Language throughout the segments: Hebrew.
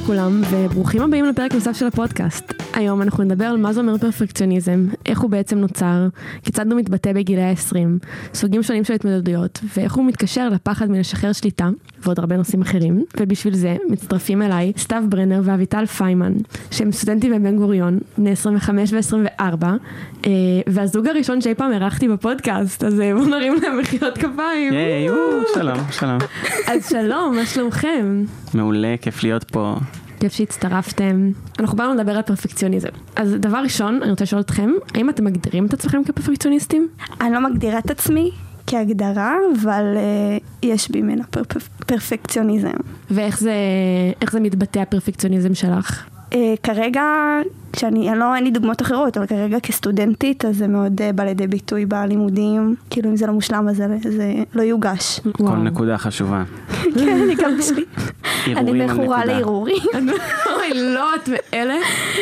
לכולם, וברוכים הבאים לפרק נוסף של הפודקאסט. היום אנחנו נדבר על מה זה אומר פרפקציוניזם, איך הוא בעצם נוצר, כיצד הוא מתבטא בגילי ה-20, סוגים שונים של התמודדויות, ואיך הוא מתקשר לפחד מלשחרר שליטה, ועוד הרבה נושאים אחרים. ובשביל זה מצטרפים אליי סתיו ברנר ואביטל פיימן, שהם סטודנטים בבן גוריון, בני 25 ו-24, והזוג הראשון שאי פעם ערכתי בפודקאסט, אז בואו נרים להם מחיאות כפיים. שלום, שלום. אז שלום, מה שלומכם? מעולה, כיף להיות פה. כיף שהצטרפתם. אנחנו באנו לדבר על פרפקציוניזם. אז דבר ראשון, אני רוצה לשאול אתכם, האם אתם מגדירים את עצמכם כפרפקציוניסטים? אני לא מגדירה את עצמי כהגדרה, אבל יש בי ממנה פרפקציוניזם. ואיך זה מתבטא הפרפקציוניזם שלך? כרגע, אין לי דוגמאות אחרות, אבל כרגע כסטודנטית, אז זה מאוד בא לידי ביטוי בלימודים. כאילו אם זה לא מושלם, אז זה לא יוגש. כל נקודה חשובה. כן, אני גם שלי. אני מכורה לערעורים. אוי, לא, את מאלה?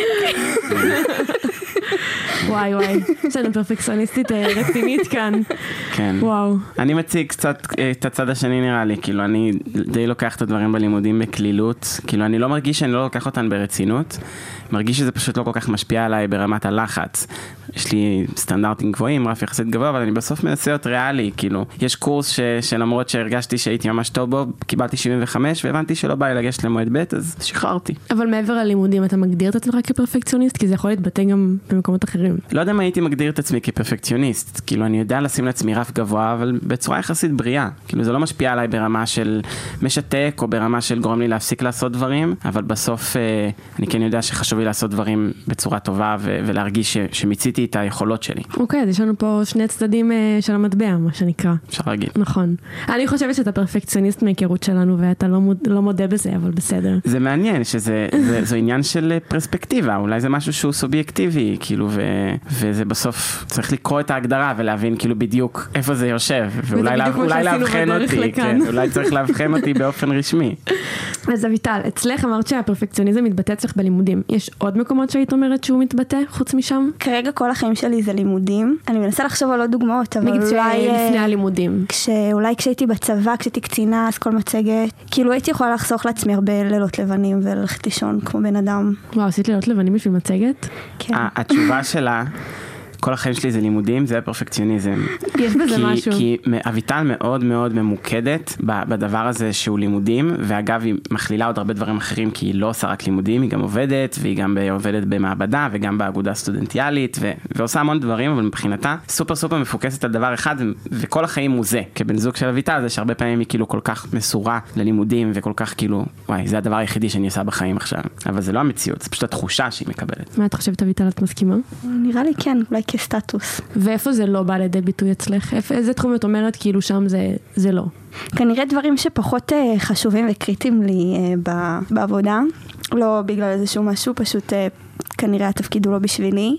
וואי, יש לנו פרפקציוניסטית רצינית כאן. כן. וואו. אני מציג קצת את הצד השני נראה לי, כאילו אני די לוקח את הדברים בלימודים בכלילות, כאילו אני לא מרגיש שאני לא לוקח אותן ברצינות, מרגיש שזה פשוט לא כל כך משפיע עליי ברמת הלחץ. יש לי סטנדרטים גבוהים, רף יחסית גבוה, אבל אני בסוף מנסה להיות ריאלי, כאילו. יש קורס שלמרות שהרגשתי שהייתי ממש טוב בו, קיבלתי 75 והבנתי שלא בא לי לגשת למועד ב', אז שחררתי. אבל מעבר ללימודים, אתה מגדיר את עצמך כפרפקציוניסט? כי זה יכול להתבטא גם במקומות אחרים. לא יודע מה הייתי מגדיר את עצמי כפרפקציוניסט. כאילו, אני יודע לשים לעצמי רף גבוה, אבל בצורה יחסית בריאה. כאילו, זה לא משפיע עליי ברמה של משתק, או ברמה של גורם לי להפסיק לעשות דברים, אבל בסוף אני כן יודע שחשוב לי לעשות דברים בצורה טובה ולהרגיש שמיציתי את היכולות שלי. אוקיי, אז יש לנו פה שני צדדים של המטבע, מה שנקרא. אפשר להגיד. נכון. אני חושבת שאתה פרפקציוניסט מהיכרות שלנו, ואתה לא מודה בזה, אבל בסדר. זה מעניין, זה עניין של פרספקטיבה, אולי זה משהו שהוא סובייקטיבי, כאילו, וזה בסוף צריך לקרוא את ההגדרה ולהבין כאילו בדיוק איפה זה יושב, ואולי להבחן אותי, כן, אולי צריך להבחן אותי באופן רשמי. אז אביטל, אצלך אמרת שהפרפקציוניזם מתבטא אצלך בלימודים. יש עוד מקומות שהיית אומרת שהוא מתבטא חוץ משם? כרגע כל החיים שלי זה לימודים. אני מנסה לחשוב על עוד דוגמאות, אבל נגיד לפני הלימודים. אולי כשהייתי בצבא, כשהייתי קצינה, אז כל מצגת, כאילו הייתי יכולה לחסוך לעצמי הרבה לילות לבנים וללכת לישון כמו בן אדם. וואו, עשית לילות לבנים בשביל מצגת? כן. התשובה שלה, כל החיים שלי זה לימודים, זה פרפקציוניזם. יש בזה משהו. כי אביטל מאוד מאוד ממוקדת בדבר הזה שהוא לימודים, ואגב היא מכלילה עוד הרבה דברים אחרים, כי היא לא עושה רק לימודים, היא גם עובדת, והיא גם עובדת במעבדה, וגם באגודה סטודנטיאלית, ועושה המון דברים, אבל מבחינתה סופר סופר מפוקסת על דבר אחד, וכל החיים הוא זה. כבן זוג של אביטל, זה שהרבה פעמים היא כאילו כל כך מסורה ללימודים, וכל כך כאילו, וואי, זה הדבר היחידי שאני עושה בחיים עכשיו. אבל זה לא המציאות, זה פשוט התחושה שהיא מקבלת. מה את חושבת, אביטל, את מסכימה? נראה לי כן, אולי כסטטוס. ואיפה זה לא בא לידי ביטוי אצלך? איזה תחום את אומרת כאילו שם זה לא? כנראה דברים שפחות חשובים וקריטיים לי בעבודה. לא בגלל איזשהו משהו, פשוט כנראה התפקיד הוא לא בשבילי.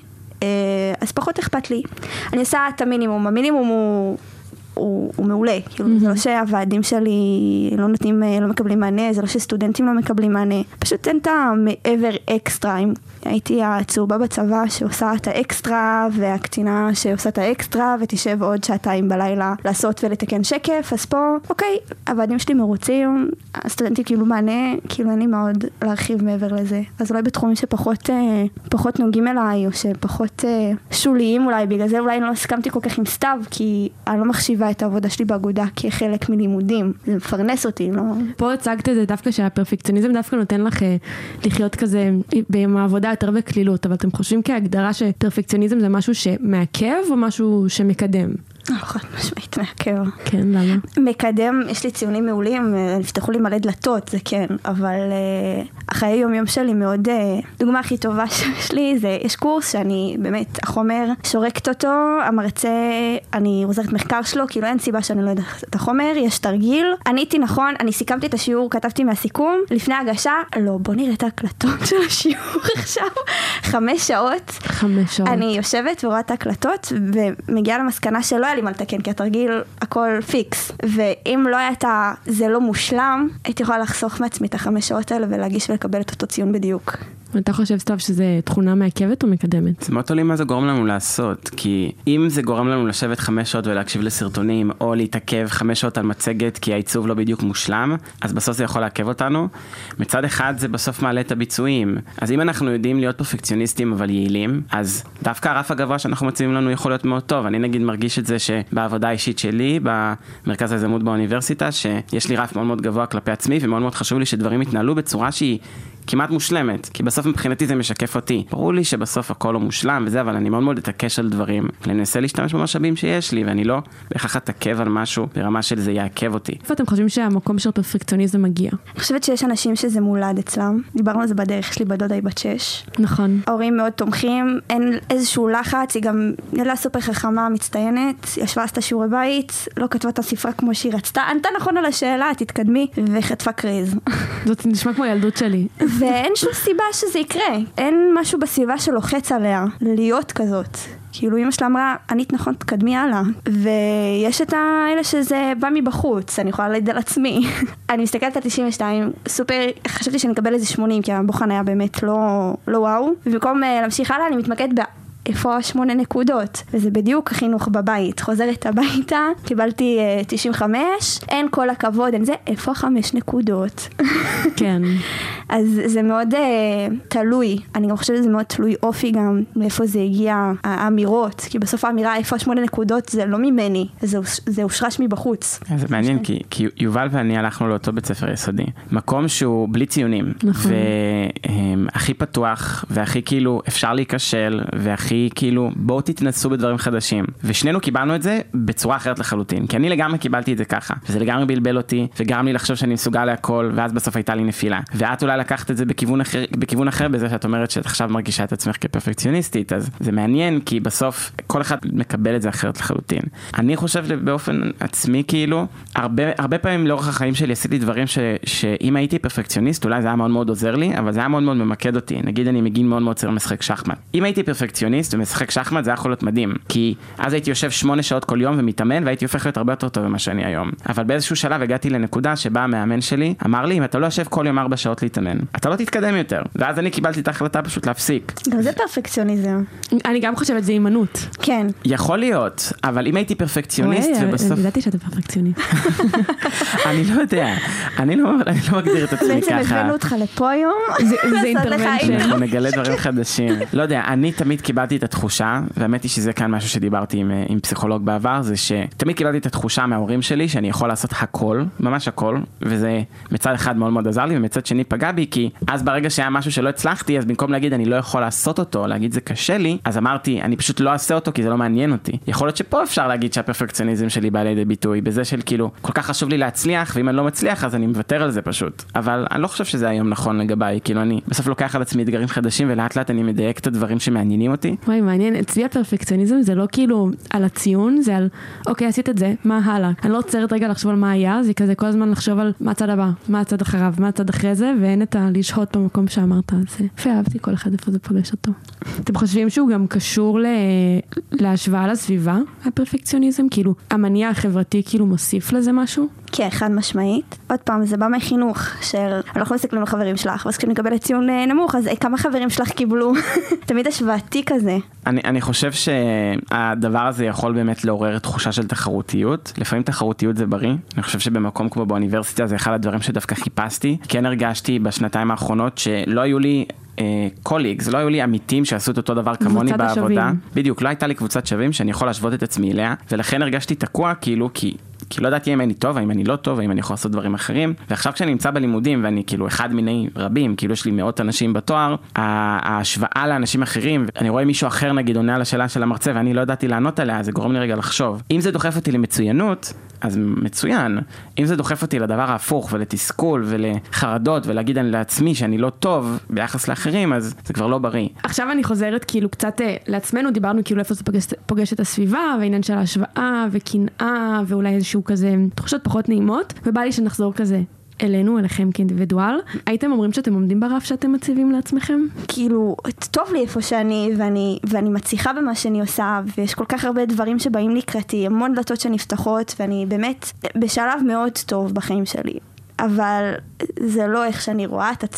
אז פחות אכפת לי. אני עושה את המינימום. המינימום הוא מעולה. כאילו, זה לא שהוועדים שלי לא מקבלים מענה, זה לא שסטודנטים לא מקבלים מענה. פשוט אין את המעבר אקסטרה. הייתי הצהובה בצבא שעושה את האקסטרה, והקצינה שעושה את האקסטרה, ותשב עוד שעתיים בלילה לעשות ולתקן שקף. אז פה, אוקיי, הוועדים שלי מרוצים, הסטודנטים קיבלו מענה, כאילו אין לי מאוד להרחיב מעבר לזה. אז אולי בתחומים שפחות נוגעים אליי, או שפחות שוליים אולי, בגלל זה אולי לא הסכמתי כל כך עם סתיו, כי אני לא מחשיבה את העבודה שלי באגודה כחלק מלימודים. זה מפרנס אותי, לא? פה הצגת את זה דווקא שהפרפקציוניזם דווקא נותן לך לחיות כזה בעבודה יותר בכלילות, אבל אתם חושבים כהגדרה שפרפקציוניזם זה משהו שמעכב או משהו שמקדם? נכון, משמעית מעכב. כן, למה? מקדם, יש לי ציונים מעולים, נפתחו לי מלא דלתות, זה כן, אבל החיי יום שלי מאוד, דוגמה הכי טובה שיש לי, זה, יש קורס שאני באמת, החומר שורקת אותו, המרצה, אני עוזרת מחקר שלו, כאילו אין סיבה שאני לא יודעת את החומר, יש תרגיל, עניתי נכון, אני סיכמתי את השיעור, כתבתי מהסיכום, לפני הגשה, לא, בוא נראה את ההקלטות של השיעור עכשיו, 5 שעות. 5 שעות. אני יושבת ורואה את ההקלטות, ומגיעה למסקנה שלא היה לי מה לתקן, כי התרגיל הכל פיקס. ואם לא הייתה, זה לא מושלם, הייתי יכולה לחסוך מעצמי את 5 שעות האלה ולהגיש ולקבל את אותו ציון בדיוק. ואתה חושב, סתיו, שזה תכונה מעכבת או מקדמת? זה מאוד תלוי מה זה גורם לנו לעשות, כי אם זה גורם לנו לשבת 5 שעות ולהקשיב לסרטונים, או להתעכב 5 שעות על מצגת כי העיצוב לא בדיוק מושלם, אז בסוף זה יכול לעכב אותנו. מצד אחד זה בסוף מעלה את הביצועים. אז אם אנחנו יודעים להיות פרפקציוניסטים אבל יעילים, אז דווקא הרף הגבוה שאנחנו מציבים לנו יכול להיות מאוד טוב. אני נגיד מרגיש את זה שבעבודה האישית שלי, במרכז היזמות באוניברסיטה, שיש לי רף מאוד מאוד גבוה כלפי עצמי, ומאוד מאוד חשוב לי שדברים יתנהלו בצורה שהיא כמעט מושלמת, כי בסוף מבחינתי זה משקף אותי. ברור לי שבסוף הכל לא מושלם וזה, אבל אני מאוד מאוד אתעקש על דברים, ואני מנסה להשתמש במשאבים שיש לי, ואני לא בהכרח אתעכב על משהו ברמה של זה יעכב אותי. איפה אתם חושבים שהמקום של פרפקציוניזם מגיע? אני חושבת שיש אנשים שזה מולד אצלם. דיברנו על זה בדרך, יש לי בדודה היא בת 6. נכון. ההורים מאוד תומכים, אין איזשהו לחץ, היא גם ילדה סופר חכמה, מצטיינת, ישבה עשתה שיעורי בית, לא כתבה את הספרה כמו שהיא רצתה, ענתה נכון על השאלה, תתקדמי, וחטפה קריז. זאת נשמע כמו ילדות שלי. ואין שום סיבה שזה יקרה. אין משהו בסביבה שלוחץ עליה להיות כזאת. כאילו אמא שלה אמרה, ענית נכון, תקדמי הלאה. ויש את האלה שזה בא מבחוץ, אני יכולה להגיד על עצמי. אני מסתכלת על 92, סופר, חשבתי שאני אקבל איזה 80, כי הבוחן היה באמת לא וואו. ובמקום להמשיך הלאה, אני מתמקדת איפה 8 נקודות, וזה בדיוק החינוך בבית. חוזרת הביתה, קיבלתי 95, אין כל הכבוד, אין זה, איפה 5 נקודות? כן. אז זה מאוד תלוי, אני גם חושבת שזה מאוד תלוי אופי גם, מאיפה זה הגיע, האמירות, כי בסוף האמירה איפה 8 נקודות זה לא ממני, זה הושרש מבחוץ. זה מעניין, כי יובל ואני הלכנו לאותו בית ספר יסודי, מקום שהוא בלי ציונים, והכי פתוח, והכי כאילו אפשר להיכשל, והכי כאילו בואו תתנסו בדברים חדשים, ושנינו קיבלנו את זה בצורה אחרת לחלוטין, כי אני לגמרי קיבלתי את זה ככה, וזה לגמרי בלבל אותי, וגרם לי לחשוב שאני מסוגל להכל, ואז בסוף הייתה לי נפילה. ואת אולי לקחת את זה בכיוון אחר בזה שאת אומרת שאת עכשיו מרגישה את עצמך כפרפקציוניסטית, אז זה מעניין, כי בסוף כל אחד מקבל את זה אחרת לחלוטין. אני חושב באופן עצמי כאילו, הרבה פעמים לאורך החיים שלי עשיתי דברים שאם הייתי פרפקציוניסט, אולי זה היה מאוד מאוד עוזר לי, אבל זה היה מאוד מאוד ממקד אותי. נגיד אני מגיל מאוד מאוד צעיר משחק שחמט. אם הייתי פרפקציוניסט ומשחק שחמט, זה היה יכול להיות מדהים, כי אז הייתי יושב 8 שעות כל יום ומתאמן, והייתי הופך להיות הרבה יותר טוב ממה שאני היום. אבל באיזשהו שלב הגעתי לנקודה שבה המאמן שלי אמר לי, אם אתה לא יושב כל יום 4 שעות להתאמן, אתה לא תתקדם יותר. ואז אני קיבלתי את ההחלטה פשוט להפסיק. גם זה פרפקציוניזם. אני גם חושבת זה אימנות. כן. יכול להיות, אבל אם הייי פרפקציוניסט ובסוף... אני ידעתי שאתה פרפקציוניסט. אני לא יודע. אני לא מגדיר את עצמי ככה. בעצם הבאנו אותך לפה היום. זה אינטרנשן. אנחנו נגלה דברים חדשים. לא יודע, אני תמיד קיבלתי את התחושה, והאמת היא שזה כאן משהו שדיברתי עם פסיכולוג בעבר, זה שתמיד קיבלתי את התחושה מההורים שלי שאני יכול לעשות הכל, ממש הכל, וזה מצד אחד מאוד מאוד עזר לי, ומצד שני פגע בי, כי אז ברגע שהיה משהו שלא הצלחתי, אז במקום להגיד אני לא יכול לעשות אותו, להגיד זה קשה לי, אז אמרתי אני פשוט לא אעשה אותו כי זה לא מעניין אותי. יכול להיות שפה אפשר להגיד שהפרפקציוניזם שלי בא לידי ביטוי, בזה של כאילו כל כך חשוב לי להצליח, ואם אני לא מצליח אז אני מוותר על זה פשוט. אבל אני לא חושב שזה היום נכון לגביי, כאילו אני בסוף לוקח על עצמי אתגרים חדשים ולאט לאט אני מדייק את הדברים שמעניינים אותי. וואי, מעניין. אצלי הפרפקציוניזם זה לא כאילו על הציון, זה על אוקיי, עשית את זה, מה הלאה? אני לא עוצרת רגע לחשוב על מה היה, זה כזה כל הזמן לחשוב על מה הצד הבא, מה הצד אחריו, מה הצד אחרי זה, ואין את לשהות במקום שאמרת. אז ואהבתי כל אחד איפה זה פוגש אותו. אתם חושבים שהוא גם קשור להשוואה לסביבה, הפרפקציוניזם? כאילו, המניע החברתי כאילו מוסיף לזה משהו? כן, חד משמעית. עוד פעם, זה בא מהחינוך של, אנחנו מסתכלים על חברים שלך, ואז כשנקבל ציון נמוך, אז כמה חברים שלך קיבלו? תמיד השוואתי כזה. אני חושב שהדבר הזה יכול באמת לעורר תחושה של תחרותיות. לפעמים תחרותיות זה בריא. אני חושב שבמקום כמו באוניברסיטה זה אחד הדברים שדווקא חיפשתי. כן הרגשתי בשנתיים האחרונות שלא היו לי קוליגס, לא היו לי עמיתים שעשו את אותו דבר כמוני בעבודה. בדיוק, לא הייתה לי קבוצת שווים שאני יכול להשוות את עצמי אליה, ולכן הרגשתי תקוע כאילו, כי לא ידעתי אם אני טוב, אם אני לא טוב, אם אני יכול לעשות דברים אחרים. ועכשיו כשאני נמצא בלימודים, ואני כאילו אחד מיני רבים, כאילו יש לי מאות אנשים בתואר, ההשוואה לאנשים אחרים, אני רואה מישהו אחר נגיד עונה על השאלה של המרצה, ואני לא ידעתי לענות עליה, זה גורם לי רגע לחשוב. אם זה דוחף אותי למצוינות, אז מצוין. אם זה דוחף אותי לדבר ההפוך, ולתסכול, ולחרדות, ולהגיד לעצמי שאני לא טוב ביחס לאחרים, אז זה כבר לא בריא. עכשיו אני חוזרת כאילו קצת לעצמנו, דיברנו כאילו איפה זה פוגש את הסביבה, והעניין של ההשוואה, וקנאה, ואולי איזשהו כזה תחושות פחות נעימות, ובא לי שנחזור כזה אלינו, אליכם כאינדיבידואל. הייתם אומרים שאתם עומדים ברף שאתם מציבים לעצמכם? כאילו, טוב לי איפה שאני, ואני מצליחה במה שאני עושה, ויש כל כך הרבה דברים שבאים לקראתי, המון דלתות שנפתחות, ואני באמת בשלב מאוד טוב בחיים שלי. אבל זה לא איך שאני רואה את עצמי.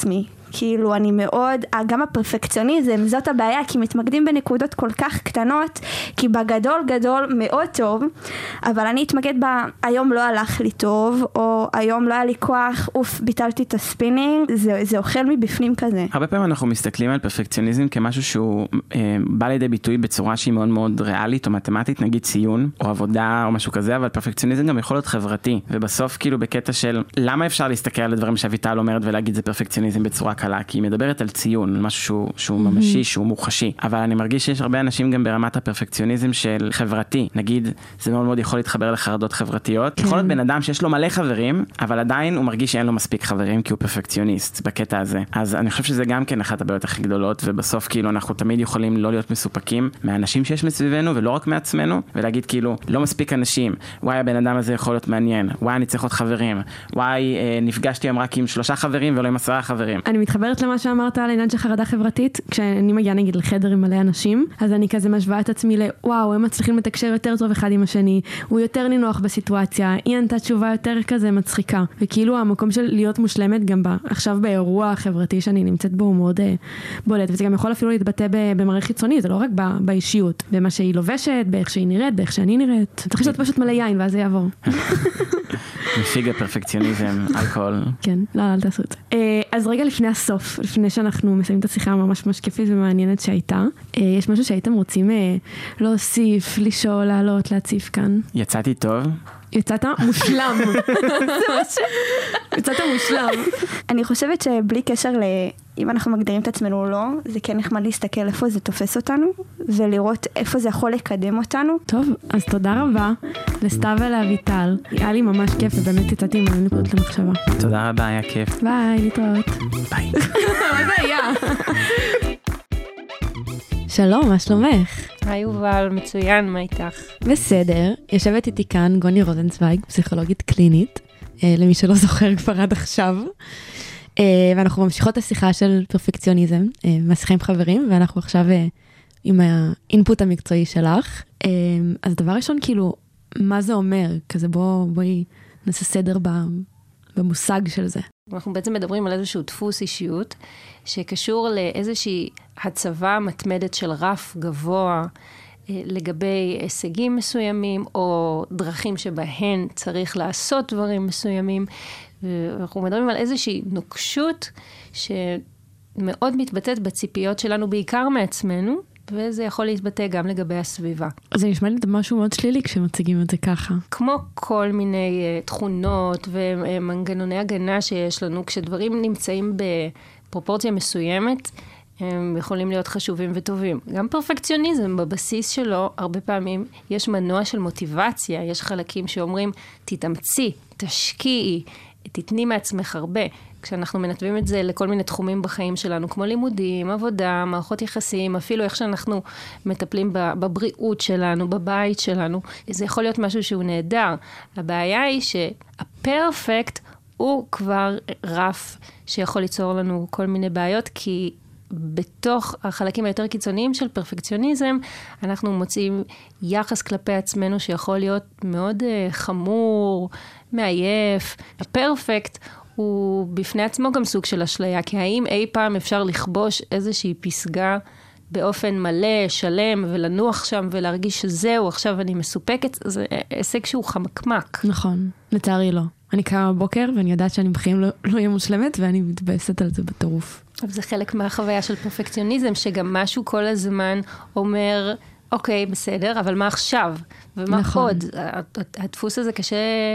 כאילו אני מאוד, גם הפרפקציוניזם, זאת הבעיה, כי מתמקדים בנקודות כל כך קטנות, כי בגדול גדול מאוד טוב, אבל אני אתמקד היום לא הלך לי טוב, או היום לא היה לי כוח, ביטלתי את הספינינג, זה אוכל מבפנים כזה. הרבה פעמים אנחנו מסתכלים על פרפקציוניזם כמשהו שהוא בא לידי ביטוי בצורה שהיא מאוד מאוד ריאלית או מתמטית, נגיד ציון או עבודה או משהו כזה, אבל פרפקציוניזם גם יכול להיות חברתי, ובסוף כאילו בקטע של למה אפשר להסתכל על הדברים שאביטל אומרת ולהגיד זה פרפקציוניזם בצורה קלה, כי היא מדברת על ציון, על משהו שהוא ממשי, שהוא מוחשי, אבל אני מרגיש שיש הרבה אנשים גם ברמת הפרפקציוניזם של חברתי, נגיד זה מאוד מאוד יכול להתחבר לחרדות חברתיות, יכול להיות בן אדם שיש לו מלא חברים, אבל עדיין הוא מרגיש שאין לו מספיק חברים כי הוא פרפקציוניסט בקטע הזה. אז אני חושב שזה גם כן אחת הבעיות הכי גדולות, ובסוף כאילו אנחנו תמיד יכולים לא להיות מסופקים מהאנשים שיש מסביבנו ולא רק מעצמנו, ולהגיד כאילו לא מספיק אנשים, וואי הבן אדם הזה יכול להיות מעניין, וואי אני צריך עוד חברים, וואי נפגשתי היום רק עם 3 חברים ולא עם 10 חברים. אני מתחברת למה שאמרת על עניין של חרדה חברתית, כשאני מגיעה נגיד לחדר עם מלא אנשים, אז אני כזה משווה את עצמי לוואו, הם מצליחים לתקשר יותר טוב אחד עם השני, הוא יותר נינוח בסיטואציה, היא ענתה תשובה יותר כזה מצחיקה, וכאילו המקום של להיות מושלמת גם עכשיו באירוע החברתי שאני נמצאת בו הוא מאוד בולט, וזה גם יכול אפילו להתבטא במראה חיצוני, זה לא רק באישיות, במה שהיא לובשת, באיך שהיא נראית, באיך שאני נראית. צריך לשתות פשוט מלא יין ואז זה יעבור. מפיג הפרפקציוניזם, אלכוהול. כן, לא, אל תעשו את זה. אז רגע לפני הסוף, לפני שאנחנו מסיימים את השיחה ממש ממש כיפית ומעניינת שהייתה, יש משהו שהייתם רוצים להוסיף, לשאול, לעלות, להציף כאן? יצאתי טוב. יצאת מושלם. יצאת מושלם. אני חושבת שבלי קשר אם אנחנו מגדירים את עצמנו או לא, זה כן נחמד להסתכל איפה זה תופס אותנו, ולראות איפה זה יכול לקדם אותנו. טוב, אז תודה רבה לסתיו ולאביטל. היה לי ממש כיף, ובאמת יצאתי עם מלא נקודות למחשבה. תודה רבה, היה כיף. ביי, להתראות. ביי. מה זה היה? שלום, מה שלומך? היי יובל, מצוין, מה איתך? בסדר, יושבת איתי כאן גוני רוזנצוויג, פסיכולוגית קלינית, למי שלא זוכר כבר עד עכשיו, ואנחנו ממשיכות השיחה של פרפקציוניזם, מהשיחה עם חברים, ואנחנו עכשיו עם האינפוט המקצועי שלך. אז דבר ראשון, כאילו, מה זה אומר? כזה בואי נעשה סדר במושג של זה. אנחנו בעצם מדברים על איזשהו דפוס אישיות, שקשור לאיזושהי הצבה מתמדת של רף גבוה, לגבי הישגים מסוימים, או דרכים שבהן צריך לעשות דברים מסוימים, ואנחנו מדברים על איזושהי נוקשות, שמאוד מתבטאת בציפיות שלנו, בעיקר מעצמנו, וזה יכול להתבטא גם לגבי הסביבה. אז זה נשמע לי משהו מאוד שלילי כשמציגים את זה ככה. כמו כל מיני תכונות ומנגנוני הגנה שיש לנו, כשדברים נמצאים בפרופורציה מסוימת, הם יכולים להיות חשובים וטובים. גם פרפקציוניזם בבסיס שלו, הרבה פעמים יש מנוע של מוטיבציה, יש חלקים שאומרים, תתאמצי, תשקיעי, תתני מעצמך הרבה. כשאנחנו מנתבים את זה לכל מיני תחומים בחיים שלנו, כמו לימודים, עבודה, מערכות יחסים, אפילו איך שאנחנו מטפלים בבריאות שלנו, בבית שלנו, זה יכול להיות משהו שהוא נהדר. הבעיה היא שהפרפקט הוא כבר רף שיכול ליצור לנו כל מיני בעיות, כי בתוך החלקים היותר קיצוניים של פרפקציוניזם, אנחנו מוצאים יחס כלפי עצמנו שיכול להיות מאוד חמור, מעייף. הפרפקט הוא בפני עצמו גם סוג של אשליה, כי האם אי פעם אפשר לכבוש איזושהי פסגה באופן מלא, שלם, ולנוח שם ולהרגיש שזהו, עכשיו אני מסופקת, זה הישג שהוא חמקמק. נכון, לצערי לא. אני קמה בבוקר ואני יודעת שאני בחיים לא אהיה מושלמת, ואני מתבאסת על זה בטירוף. אבל זה חלק מהחוויה של פרפקציוניזם, שגם משהו כל הזמן אומר, אוקיי, בסדר, אבל מה עכשיו? ומה נכון. עוד? הדפוס הזה קשה,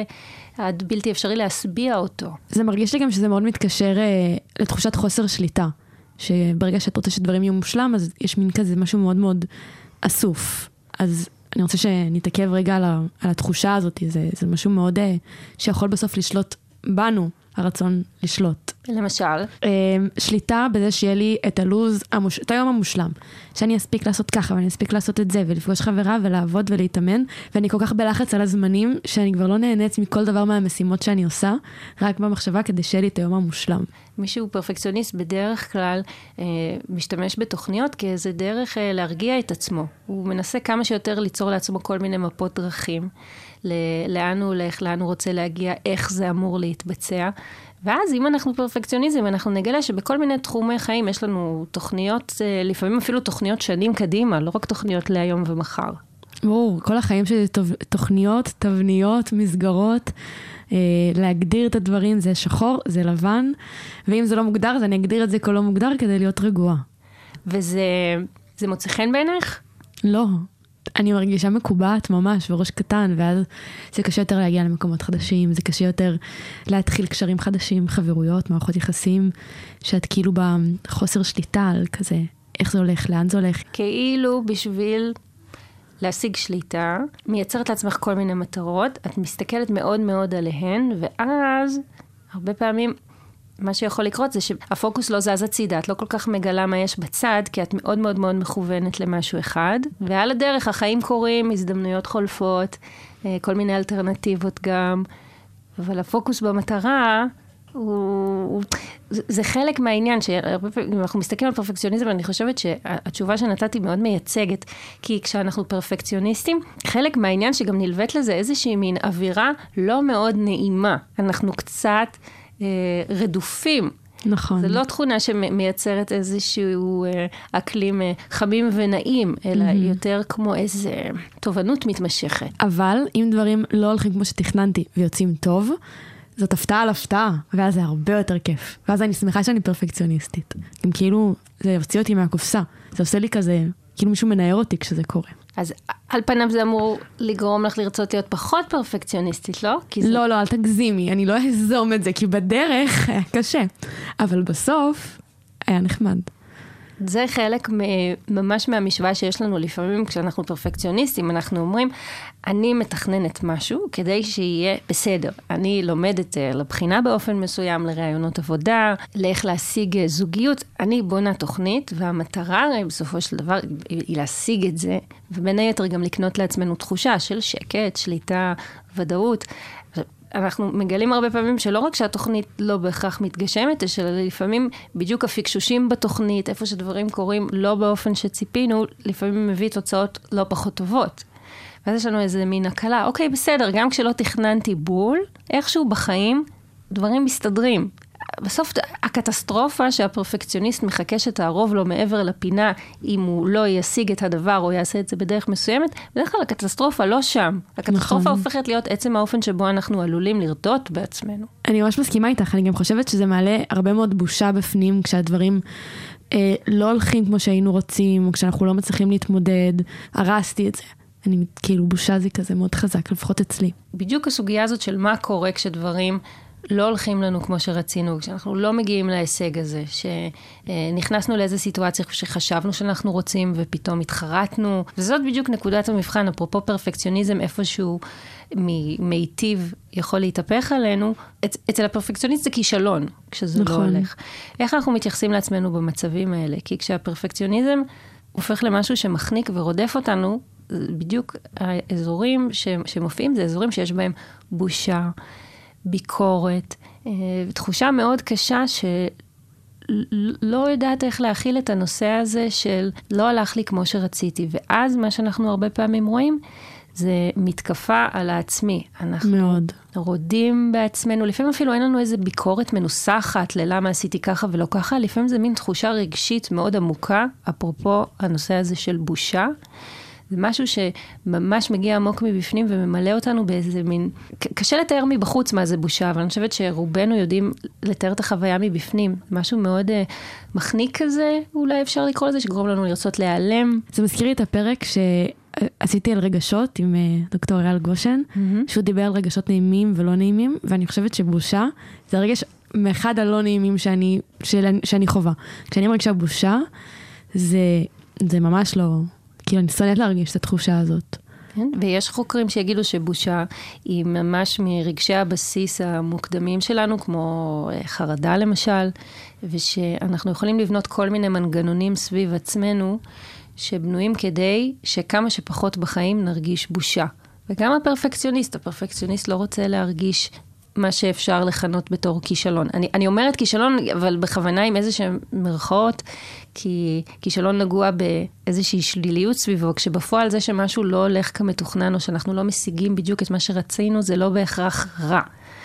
בלתי אפשרי להסביע אותו. זה מרגיש לי גם שזה מאוד מתקשר לתחושת חוסר שליטה, שברגע שאת רוצה שדברים יהיו מושלם, אז יש מין כזה משהו מאוד מאוד אסוף. אז אני רוצה שנתעכב רגע על התחושה הזאת, זה משהו מאוד שיכול בסוף לשלוט בנו, הרצון לשלוט. למשל? שליטה בזה שיהיה לי את הלוז, את היום המושלם. שאני אספיק לעשות ככה, ואני אספיק לעשות את זה, ולפגוש חברה, ולעבוד ולהתאמן, ואני כל כך בלחץ על הזמנים, שאני כבר לא נהנית מכל דבר מהמשימות שאני עושה, רק במחשבה כדי שיהיה לי את היום המושלם. מישהו פרפקציוניסט בדרך כלל משתמש בתוכניות, כאיזה דרך להרגיע את עצמו. הוא מנסה כמה שיותר ליצור לעצמו כל מיני מפות דרכים, לאן הוא הולך, לאן הוא רוצה להגיע, איך זה אמור להתבצע, ואז אם אנחנו פרפקציוניזם, אנחנו נגלה שבכל מיני תחומי חיים יש לנו תוכניות, לפעמים אפילו תוכניות שנים קדימה, לא רק תוכניות להיום ומחר. ברור, כל החיים שלי תוכניות, תבניות, מסגרות, להגדיר את הדברים, זה שחור, זה לבן, ואם זה לא מוגדר, אז אני אגדיר את זה כל לא מוגדר כדי להיות רגועה. וזה מוצא חן בעיניך? לא. אני מרגישה מקובעת ממש, וראש קטן, ואז זה קשה יותר להגיע למקומות חדשים, זה קשה יותר להתחיל קשרים חדשים, חברויות, מערכות יחסים, שאת כאילו בחוסר שליטה על כזה, איך זה הולך, לאן זה הולך. כאילו בשביל להשיג שליטה, מייצרת לעצמך כל מיני מטרות, את מסתכלת מאוד מאוד עליהן, ואז הרבה פעמים מה שיכול לקרות זה שהפוקוס לא זז הצידה, את לא כל כך מגלה מה יש בצד, כי את מאוד מאוד מאוד מכוונת למשהו אחד, ועל הדרך החיים קורים, הזדמנויות חולפות, כל מיני אלטרנטיבות גם, אבל הפוקוס במטרה, זה חלק מהעניין, אם אנחנו מסתכלים על פרפקציוניזם, אני חושבת שהתשובה שנתתי מאוד מייצגת, כי כשאנחנו פרפקציוניסטים, חלק מהעניין שגם נלווית לזה איזושהי מין אווירה לא מאוד נעימה, אנחנו קצת רדופים. נכון. זה לא תכונה שמייצרת איזשהו אקלים חמים ונעים, אלא יותר כמו איזו תובנות מתמשכת. אבל אם דברים לא הולכים כמו שתכננתי ויוצאים טוב, זאת הפתעה על הפתעה, ואז זה הרבה יותר כיף. ואז אני שמחה שאני פרפקציוניסטית. גם כאילו, זה יוציא אותי מהקופסה. זה עושה לי כזה, כאילו מישהו מנער אותי כשזה קורה. אז על פניו זה אמור לגרום לך לרצות להיות פחות פרפקציוניסטית, לא? לא, לא, אל תגזימי. אני לא אהזום את זה, כי בדרך היה קשה. אבל בסוף היה נחמד. זה חלק ממש מהמשוואה שיש לנו לפעמים כשאנחנו פרפקציוניסטים, אנחנו אומרים, אני מתכננת משהו כדי שיהיה בסדר. אני לומדת לבחינה באופן מסוים, לרעיונות עבודה, לאיך להשיג זוגיות. אני בונה תוכנית, והמטרה הרי בסופו של דבר היא להשיג את זה, ובין היתר גם לקנות לעצמנו תחושה של שקט, שליטה, ודאות. אנחנו מגלים הרבה פעמים שלא רק שהתוכנית לא בהכרח מתגשמת, אלא לפעמים בדיוק הפיקשושים בתוכנית, איפה שדברים קורים לא באופן שציפינו, לפעמים מביא תוצאות לא פחות טובות. ואז יש לנו איזה מין הקלה, אוקיי, בסדר, גם כשלא תכננתי בול, איכשהו בחיים דברים מסתדרים. בסוף הקטסטרופה שהפרפקציוניסט מחכה שתערוב לו מעבר לפינה, אם הוא לא ישיג את הדבר או יעשה את זה בדרך מסוימת, בדרך כלל הקטסטרופה לא שם. הקטסטרופה הופכת להיות עצם האופן שבו אנחנו עלולים לרדות בעצמנו. אני ממש מסכימה איתך, אני גם חושבת שזה מעלה הרבה מאוד בושה בפנים, כשהדברים לא הולכים כמו שהיינו רוצים, או כשאנחנו לא מצליחים להתמודד, הרסתי את זה. אני כאילו בושה זה כזה מאוד חזק, לפחות אצלי. בדיוק הסוגיה הזאת של מה קורה כשדברים לא הולכים לנו כמו שרצינו, כשאנחנו לא מגיעים להישג הזה, שנכנסנו לאיזו סיטואציה שחשבנו שאנחנו רוצים ופתאום התחרטנו, וזאת בדיוק נקודת המבחן, אפרופו פרפקציוניזם, איפשהו מיטיב יכול להתהפך עלינו, אצל הפרפקציוניסט זה כישלון, כשזה לא הולך. איך אנחנו מתייחסים לעצמנו במצבים האלה? כי כשהפרפקציוניזם הופך למשהו שמחניק ורודף אותנו, בדיוק האזורים שמופיעים, זה אזורים שיש בהם בושה, ביקורת, תחושה מאוד קשה שלא יודעת איך להכיל את הנושא הזה של לא הלך לי כמו שרציתי. ואז מה שאנחנו הרבה פעמים רואים, זה מתקפה על העצמי. אנחנו מאוד רודים בעצמנו, לפעמים אפילו אין לנו איזה ביקורת מנוסחת ללמה עשיתי ככה ולא ככה, לפעמים זה מין תחושה רגשית מאוד עמוקה, אפרופו הנושא הזה של בושה. זה משהו שממש מגיע עמוק מבפנים וממלא אותנו באיזה מין, קשה לתאר מבחוץ מה זה בושה, אבל אני חושבת שרובנו יודעים לתאר את החוויה מבפנים. משהו מאוד מחניק כזה, אולי אפשר לקרוא לזה, שגורם לנו לרצות להיעלם. זה מזכיר לי את הפרק שעשיתי על רגשות עם דוקטור אייל גושן, שהוא דיבר על רגשות נעימים ולא נעימים, ואני חושבת שבושה זה הרגש מאחד הלא נעימים שאני חובה. כשאני מרגישה בושה, זה ממש לא... כאילו אני שונאת להרגיש את התחושה הזאת. כן? ויש חוקרים שיגידו שבושה היא ממש מרגשי הבסיס המוקדמים שלנו, כמו חרדה למשל, ושאנחנו יכולים לבנות כל מיני מנגנונים סביב עצמנו, שבנויים כדי שכמה שפחות בחיים נרגיש בושה. וגם הפרפקציוניסט לא רוצה להרגיש מה שאפשר לכנות בתור כישלון. אני אומרת כישלון, אבל בכוונה עם איזשהם מרכאות, כי כישלון נגוע באיזושהי שליליות סביבו, כשבפועל זה שמשהו לא הולך כמתוכנן, או שאנחנו לא משיגים בדיוק את מה שרצינו, זה לא בהכרח רע.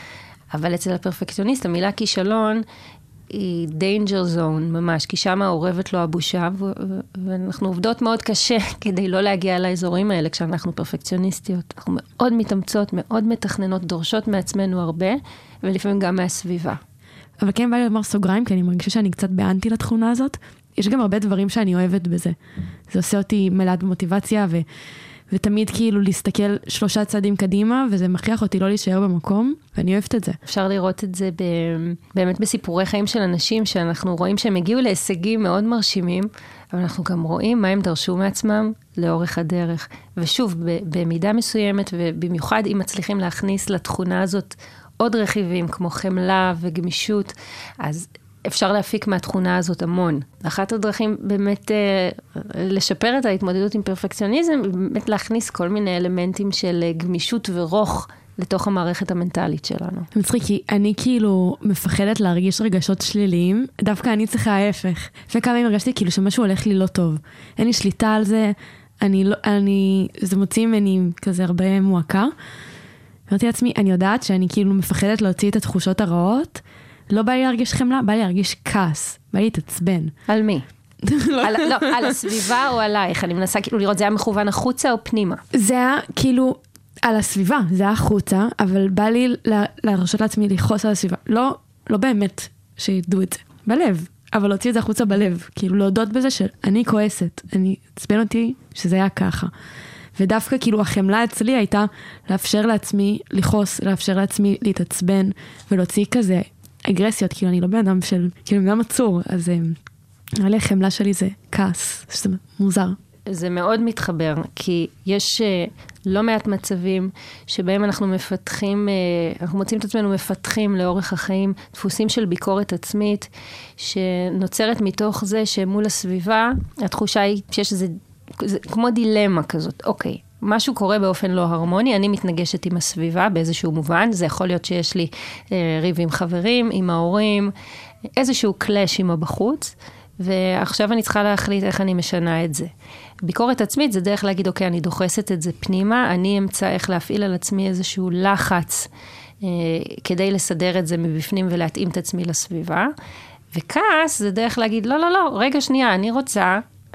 אבל אצל הפרפקציוניסט, המילה כישלון היא danger zone ממש, כי שם מעורבת לו הבושה, ואנחנו עובדות מאוד קשה כדי לא להגיע לאזורים האלה כשאנחנו פרפקציוניסטיות. אנחנו מאוד מתאמצות, מאוד מתכננות, דורשות מעצמנו הרבה, ולפעמים גם מהסביבה. אבל כן בא לי לומר סוגריים, כי אני מרגישה שאני קצת באנטי לתכונה הזאת. יש גם הרבה דברים שאני אוהבת בזה. זה עושה אותי מלאת במוטיבציה, ותמיד כאילו להסתכל 3 צעדים קדימה, וזה מכריח אותי לא להישאר במקום, ואני אוהבת את זה. אפשר לראות את זה באמת בסיפורי חיים של אנשים, שאנחנו רואים שהם הגיעו להישגים מאוד מרשימים, אבל אנחנו גם רואים מה הם דרשו מעצמם לאורך הדרך. ושוב, במידה מסוימת, ובמיוחד אם מצליחים להכניס לתכונה הזאת עוד רכיבים, כמו חמלה וגמישות, אז אפשר להפיק מהתכונה הזאת המון. אחת הדרכים באמת לשפר את ההתמודדות עם פרפקציוניזם, באמת להכניס כל מיני אלמנטים של גמישות ורוך לתוך המערכת המנטלית שלנו. מצחיק, כי אני כאילו מפחדת להרגיש רגשות שליליים, דווקא אני צריכה ההפך. לפני כמה ימים הרגשתי כאילו שמשהו הולך לי לא טוב. אין לי שליטה על זה, זה מוציא ממני כזה הרבה מועקה. אמרתי לעצמי, אני יודעת שאני כאילו מפחדת להוציא את התחושות הרעות, לא בא לי להרגיש חמלה, בא לי להרגיש כעס, בא לי להתעצבן. על מי? על הסביבה או עלייך? אני מנסה כאילו לראות, זה היה מכוון החוצה או פנימה? זה היה כאילו על הסביבה, זה היה החוצה, אבל בא לי להרשות לעצמי לכעוס על הסביבה. לא באמת שידעו את זה, בלב, אבל להוציא את זה החוצה בלב, כאילו להודות בזה שאני כועסת, אני עצבן אותי שזה היה ככה. ודווקא כאילו החמלה אצלי הייתה לאפשר לעצמי לכעוס, לאפשר לעצמי להתעצבן ולהוציא כזה אגרסיות, כאילו אני לא בן אדם של, כאילו בן אדם עצור, אז עלי החמלה שלי זה כעס, שזה מוזר. זה מאוד מתחבר, כי יש לא מעט מצבים שבהם אנחנו מפתחים, אנחנו מוצאים את עצמנו מפתחים לאורך החיים דפוסים של ביקורת עצמית, שנוצרת מתוך זה שמול הסביבה, התחושה היא שיש איזה, זה כמו דילמה כזאת, אוקיי. משהו קורה באופן לא הרמוני, אני מתנגשת עם הסביבה באיזשהו מובן, זה יכול להיות שיש לי ריב עם חברים, עם ההורים, איזשהו קלאש עם הבחוץ, ועכשיו אני צריכה להחליט איך אני משנה את זה. ביקורת עצמית זה דרך להגיד, אוקיי, אני דוחסת את זה פנימה, אני אמצא איך להפעיל על עצמי איזשהו לחץ, כדי לסדר את זה מבפנים ולהתאים את עצמי לסביבה, וכעס זה דרך להגיד, לא, רגע שנייה, אני רוצה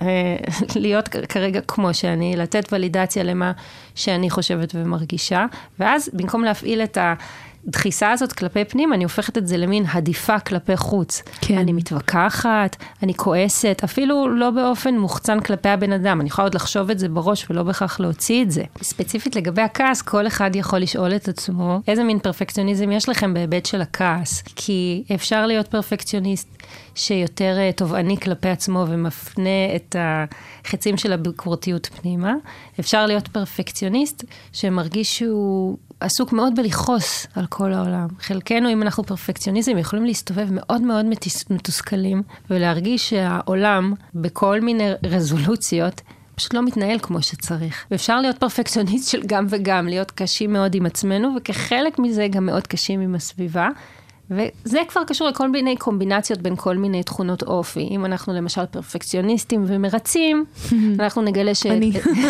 להיות כרגע כמו שאני, לתת ולידציה למה שאני חושבת ומרגישה, ואז במקום להפעיל את הדחיסה הזאת כלפי פנים, אני הופכת את זה למין עדיפה כלפי חוץ. כן. אני מתווכחת, אני כועסת, אפילו לא באופן מוחצן כלפי הבן אדם, אני יכולה עוד לחשוב את זה בראש ולא בכך להוציא את זה. ספציפית לגבי הכעס, כל אחד יכול לשאול את עצמו, איזה מין פרפקציוניזם יש לכם בהיבט של הכעס? כי אפשר להיות פרפקציוניסט שיותר תובעני כלפי עצמו ומפנה את החצים של הביקורתיות פנימה. אפשר להיות פרפקציוניסט שמרגיש שהוא עסוק מאוד בלחוס על כל העולם. חלקנו, אם אנחנו פרפקציוניזם, יכולים להסתובב מאוד מאוד מתוסכלים, ולהרגיש שהעולם, בכל מיני רזולוציות, פשוט לא מתנהל כמו שצריך. ואפשר להיות פרפקציוניסט של גם וגם, להיות קשים מאוד עם עצמנו, וכחלק מזה גם מאוד קשים עם הסביבה. וזה כבר קשור לכל מיני קומבינציות בין כל מיני תכונות אופי. אם אנחנו למשל פרפקציוניסטים ומרצים, אנחנו נגלה ש... אני.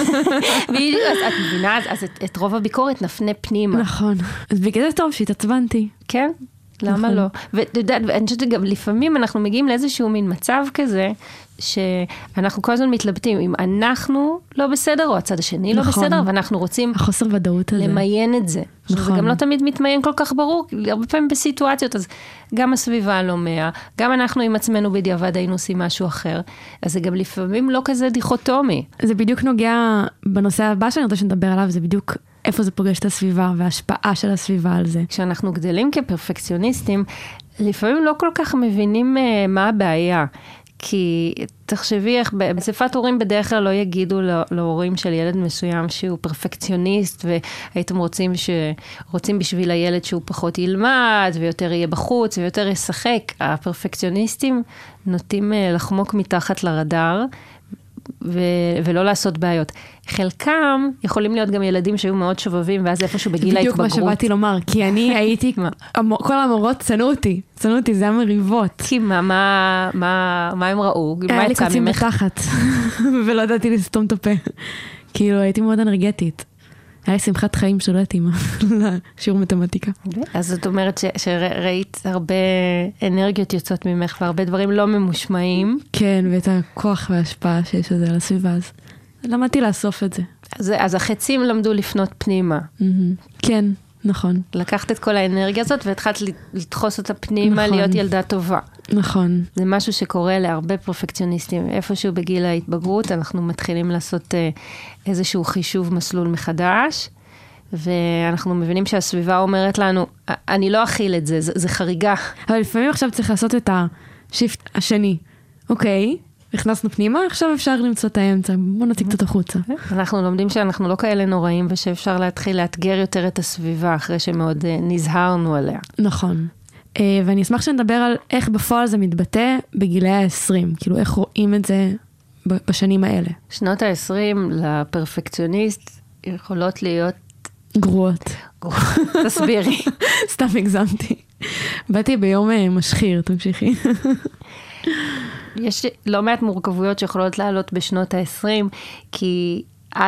אז את מבינה, אז את רוב הביקורת נפנה פנימה. נכון. אז בגלל זה טוב שהתעצבנתי. כן? למה לא? ואני חושבת שגם לפעמים אנחנו מגיעים לאיזשהו מין מצב כזה, שאנחנו כל הזמן מתלבטים אם אנחנו לא בסדר, או הצד השני לא בסדר, ואנחנו רוצים החוסר ודאות הזה. למיין את זה. זה גם לא תמיד מתמיין כל כך ברור, הרבה פעמים בסיטואציות, אז גם הסביבה לא מאה, גם אנחנו עם עצמנו בדיעבד היינו עושים משהו אחר, אז זה גם לפעמים לא כזה דיכוטומי. זה בדיוק נוגע בנושא הבא שאני רוצה שנדבר עליו, זה בדיוק איפה זה פוגש את הסביבה, וההשפעה של הסביבה על זה. כשאנחנו גדלים כפרפקציוניסטים, לפעמים לא כל כך מבינים מה הבעיה. כי תחשבי איך, באספת הורים בדרך כלל לא יגידו להורים של ילד מסוים שהוא פרפקציוניסט, והייתם רוצים בשביל הילד שהוא פחות ילמד, ויותר יהיה בחוץ, ויותר ישחק. הפרפקציוניסטים נוטים לחמוק מתחת לרדאר, ולא לעשות בעיות. חלקם יכולים להיות גם ילדים שהיו מאוד שובבים, ואז איפשהו בגיל ההתבגרות. בדיוק מה שבאתי לומר, כי אני הייתי, כל המורות צנו אותי, זה היה מריבות. כי מה הם ראו? היה לי קוצים בתחת, ולא ידעתי לסתום את הפה. כאילו, הייתי מאוד אנרגטית. היה לי שמחת חיים שלא התאימה לשיעור מתמטיקה. אז זאת אומרת שראית הרבה אנרגיות יוצאות ממך, והרבה דברים לא ממושמעים. כן, ואת הכוח וההשפעה שיש לזה על הסביבה, אז למדתי לאסוף את זה. אז החצים למדו לפנות פנימה. כן, נכון. לקחת את כל האנרגיה הזאת, והתחלת לדחוס אותה פנימה, להיות ילדה טובה. נכון. זה משהו שקורה להרבה פרפקציוניסטים. איפשהו בגיל ההתבגרות, אנחנו מתחילים לעשות איזשהו חישוב מסלול מחדש, ואנחנו מבינים שהסביבה אומרת לנו, אני לא אכיל את זה, זה חריגה. אבל לפעמים עכשיו צריך לעשות את השיפט השני. אוקיי, הכנסנו פנימה, עכשיו אפשר למצוא את האמצע, בוא נציג קצת החוצה. אנחנו לומדים שאנחנו לא כאלה נוראים, ושאפשר להתחיל לאתגר יותר את הסביבה, אחרי שמאוד נזהרנו עליה. נכון. ואני אשמח שנדבר על איך בפועל זה מתבטא בגילי ה-20, כאילו איך רואים את זה בשנים האלה. שנות ה-20 לפרפקציוניסט יכולות להיות גרועות. תסבירי. סתם הגזמתי. באתי ביום משחיר, תמשיכי. יש לא מעט מורכבויות שיכולות לעלות בשנות ה-20, כי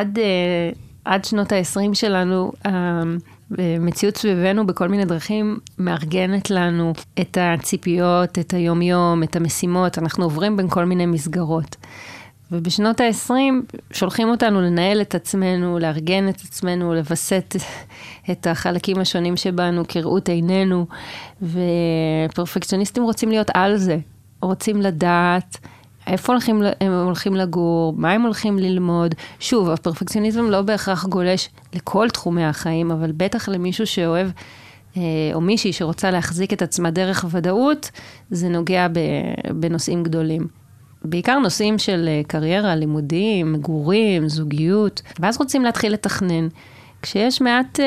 עד שנות ה-20 שלנו, המציאות סביבנו בכל מיני דרכים מארגנת לנו את הציפיות, את היום-יום, את המשימות, אנחנו עוברים בין כל מיני מסגרות. ובשנות ה-20 שולחים אותנו לנהל את עצמנו, לארגן את עצמנו, לבסט את החלקים השונים שבנו כראות עינינו, ופרפקציוניסטים רוצים להיות על זה, רוצים לדעת איפה הם הולכים לגור, מה הם הולכים ללמוד. שוב, הפרפקציוניזם לא בהכרח גולש לכל תחומי החיים, אבל בטח למישהו שאוהב, או מישהי שרוצה להחזיק את עצמה דרך ודאות, זה נוגע בנושאים גדולים. בעיקר נושאים של קריירה, לימודים, מגורים, זוגיות, ואז רוצים להתחיל לתכנן. כשיש מעט,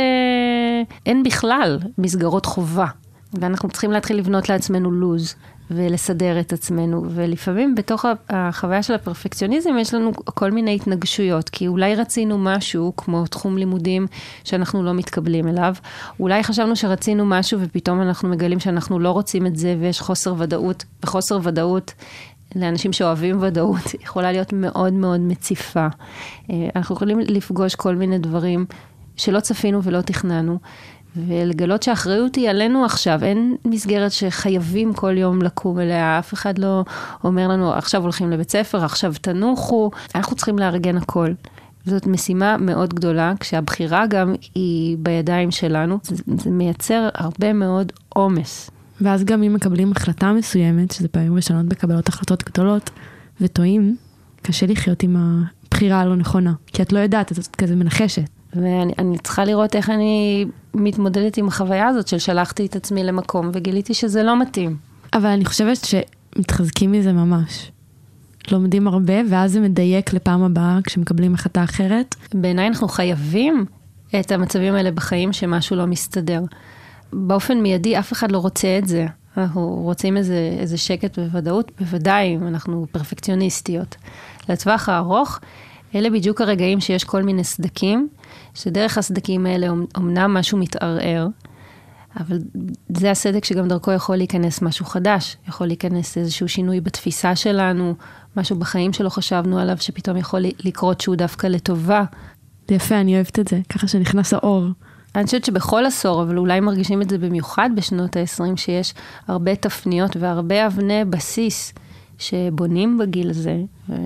אין בכלל מסגרות חובה, ואנחנו צריכים להתחיל לבנות לעצמנו לוז, ולסדר את עצמנו, ולפעמים בתוך החוויה של הפרפקציוניזם יש לנו כל מיני התנגשויות, כי אולי רצינו משהו כמו תחום לימודים שאנחנו לא מתקבלים אליו, אולי חשבנו שרצינו משהו ופתאום אנחנו מגלים שאנחנו לא רוצים את זה, ויש חוסר ודאות, וחוסר ודאות לאנשים שאוהבים ודאות יכולה להיות מאוד מאוד מציפה. אנחנו יכולים לפגוש כל מיני דברים שלא צפינו ולא תכננו, ולגלות שהאחריות היא עלינו עכשיו, אין מסגרת שחייבים כל יום לקום אליה, אף אחד לא אומר לנו, עכשיו הולכים לבית ספר, עכשיו תנוחו, אנחנו צריכים לארגן הכל. זאת משימה מאוד גדולה, כשהבחירה גם היא בידיים שלנו, זה מייצר הרבה מאוד עומס. ואז גם אם מקבלים החלטה מסוימת, שזה פעמים ראשונות בקבלות החלטות גדולות וטועים, קשה לחיות עם הבחירה הלא נכונה, כי את לא יודעת, את כזה מנחשת. ואני צריכה לראות איך אני מתמודדת עם החוויה הזאת של שלחתי את עצמי למקום וגיליתי שזה לא מתאים. אבל אני חושבת שמתחזקים מזה ממש. לומדים הרבה ואז זה מדייק לפעם הבאה כשמקבלים החלטה אחרת. בעיניי אנחנו חייבים את המצבים האלה בחיים שמשהו לא מסתדר. באופן מיידי אף אחד לא רוצה את זה. אנחנו רוצים איזה שקט בוודאות, בוודאי אם אנחנו פרפקציוניסטיות. לטווח הארוך, אלה בדיוק הרגעים שיש כל מיני סדקים, שדרך הסדקים האלה אומנם משהו מתערער, אבל זה הסדק שגם דרכו יכול להיכנס משהו חדש, יכול להיכנס איזשהו שינוי בתפיסה שלנו, משהו בחיים שלא חשבנו עליו, שפתאום יכול לקרות שהוא דווקא לטובה. זה יפה, אני אוהבת את זה, ככה שנכנס האור. אני חושבת שבכל עשור, אבל אולי מרגישים את זה במיוחד בשנות ה-20, שיש הרבה תפניות והרבה אבני בסיס שבונים בגיל הזה.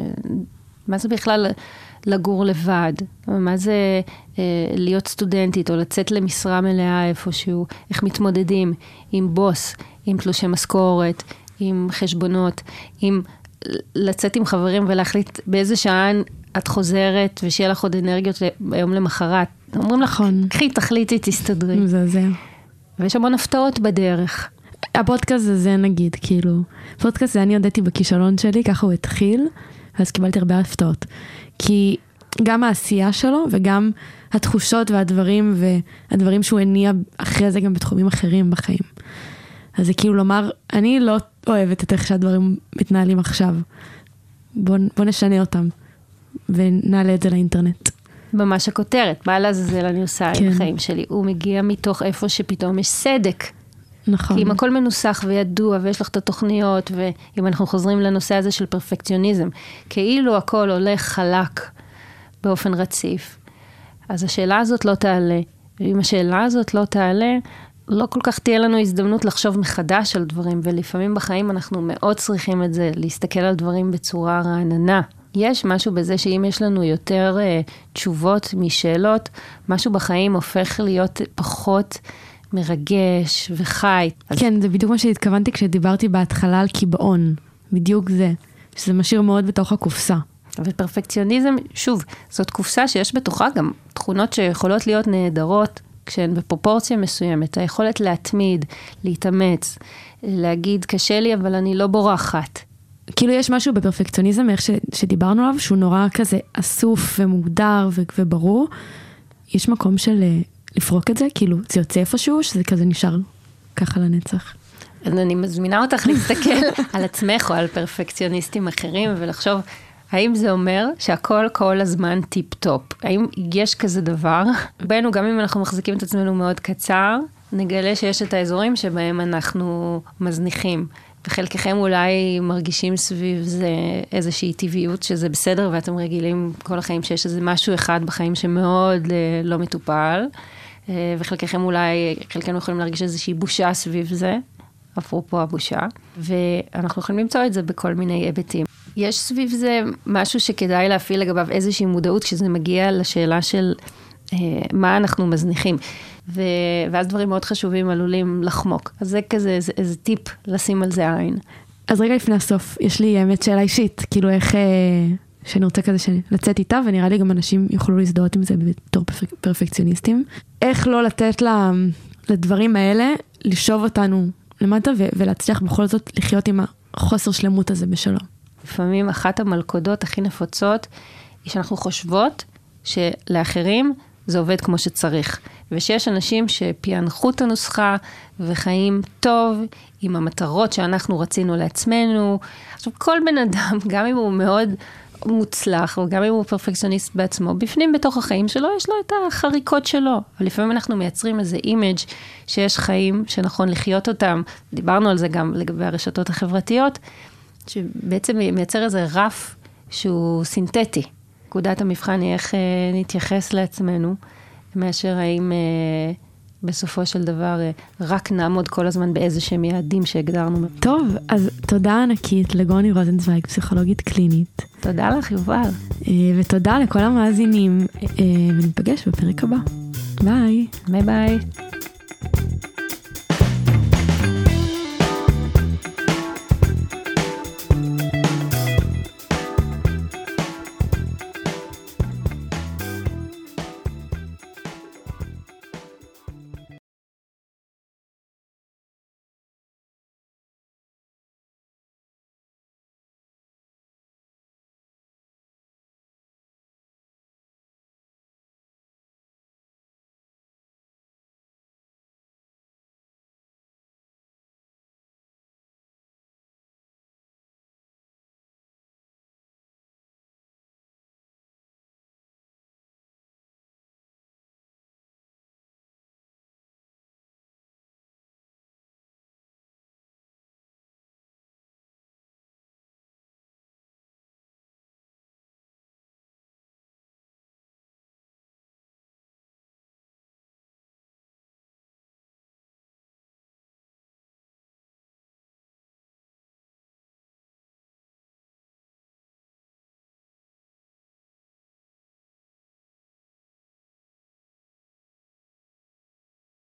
מה זה בכלל לגור לבד? מה זה להיות סטודנטית או לצאת למשרה מלאה איפשהו? איך מתמודדים עם בוס, עם תלושי משכורת, עם חשבונות, עם לצאת עם חברים ולהחליט באיזה שעה את חוזרת ושיהיה לך עוד אנרגיות ביום למחרת. אומרים לך, קחי, תחליטי, תסתדרי. זה. ויש המון הפתעות בדרך. הפודקאסט הזה נגיד, כאילו, הפודקאסט הזה אני הודעתי בכישלון שלי, ככה הוא התחיל, ואז קיבלתי הרבה הפתעות. כי גם העשייה שלו, וגם התחושות והדברים, והדברים שהוא הניע אחרי זה גם בתחומים אחרים בחיים. אז זה כאילו לומר, אני לא אוהבת את איך שהדברים מתנהלים עכשיו. בוא נשנה אותם, ונעלה את זה לאינטרנט. ממש הכותרת, מה לעזאזל אני עושה עם החיים שלי. הוא מגיע מתוך איפה שפתאום יש סדק. נכון. כי אם הכל מנוסח וידוע, ויש לך את התוכניות, ואם אנחנו חוזרים לנושא הזה של פרפקציוניזם, כאילו הכל הולך חלק באופן רציף, אז השאלה הזאת לא תעלה. ואם השאלה הזאת לא תעלה, לא כל כך תהיה לנו הזדמנות לחשוב מחדש על דברים, ולפעמים בחיים אנחנו מאוד צריכים את זה, להסתכל על דברים בצורה רעננה. יש משהו בזה שאם יש לנו יותר תשובות משאלות, משהו בחיים הופך להיות פחות מרגש וחי. כן, זה בדיוק מה שהתכוונתי כשדיברתי בהתחלה על קיבעון. בדיוק זה. שזה משאיר מאוד בתוך הקופסה. ופרפקציוניזם, שוב, זאת קופסה שיש בתוכה גם תכונות שיכולות להיות נהדרות, כשהן בפרופורציה מסוימת. היכולת להתמיד, להתאמץ, להגיד קשה לי אבל אני לא בורחת. כאילו יש משהו בפרפקציוניזם, איך שדיברנו עליו, שהוא נורא כזה אסוף ומוגדר וברור. יש מקום של לפרוק את זה, כאילו זה יוצא איפשהו, שזה כזה נשאר ככה לנצח. אני מזמינה אותך להסתכל על עצמך או על פרפקציוניסטים אחרים, ולחשוב, האם זה אומר שהכל כל הזמן טיפ-טופ? האם יש כזה דבר? בינו, גם אם אנחנו מחזיקים את עצמנו מאוד קצר, נגלה שיש את האזורים שבהם אנחנו מזניחים. וחלקכם אולי מרגישים סביב זה איזושהי טבעיות, שזה בסדר, ואתם רגילים כל החיים שיש איזה משהו אחד בחיים שמאוד לא מטופל, וחלקכם אולי, חלקנו יכולים להרגיש איזושהי בושה סביב זה, אפרופו הבושה, ואנחנו יכולים למצוא את זה בכל מיני היבטים. יש סביב זה משהו שכדאי להפעיל לגביו איזושהי מודעות, כשזה מגיע לשאלה של מה אנחנו מזניחים. ואז דברים מאוד חשובים עלולים לחמוק. אז זה כזה, איזה טיפ לשים על זה עין. אז רגע לפני הסוף, יש לי האמת שאלה אישית, כאילו איך, שאני רוצה כזה לצאת איתה, ונראה לי גם אנשים יוכלו להזדהות עם זה בתור פרפקציוניסטים. איך לא לתת לדברים האלה, לשוב אותנו למטה, ולהצליח בכל זאת לחיות עם החוסר שלמות הזה בשלום. לפעמים אחת המלכודות הכי נפוצות, היא שאנחנו חושבות שלאחרים זה עובד כמו שצריך. ושיש אנשים שפענחו את הנוסחה וחיים טוב עם המטרות שאנחנו רצינו לעצמנו. עכשיו, כל בן אדם, גם אם הוא מאוד מוצלח, או גם אם הוא פרפקציוניסט בעצמו, בפנים בתוך החיים שלו, יש לו את החריקות שלו. אבל לפעמים אנחנו מייצרים איזה אימג' שיש חיים שנכון לחיות אותם. דיברנו על זה גם לגבי הרשתות החברתיות, שבעצם מייצר איזה רף שהוא סינתטי. נקודת המבחן היא איך נתייחס לעצמנו, מאשר האם בסופו של דבר רק נעמוד כל הזמן באיזה שהם יעדים שהגדרנו. טוב, אז תודה ענקית לגוני רוזנצוויג, פסיכולוגית קלינית. תודה לך, יובל. ותודה לכל המאזינים, ונפגש בפרק הבא. ביי. ביי ביי.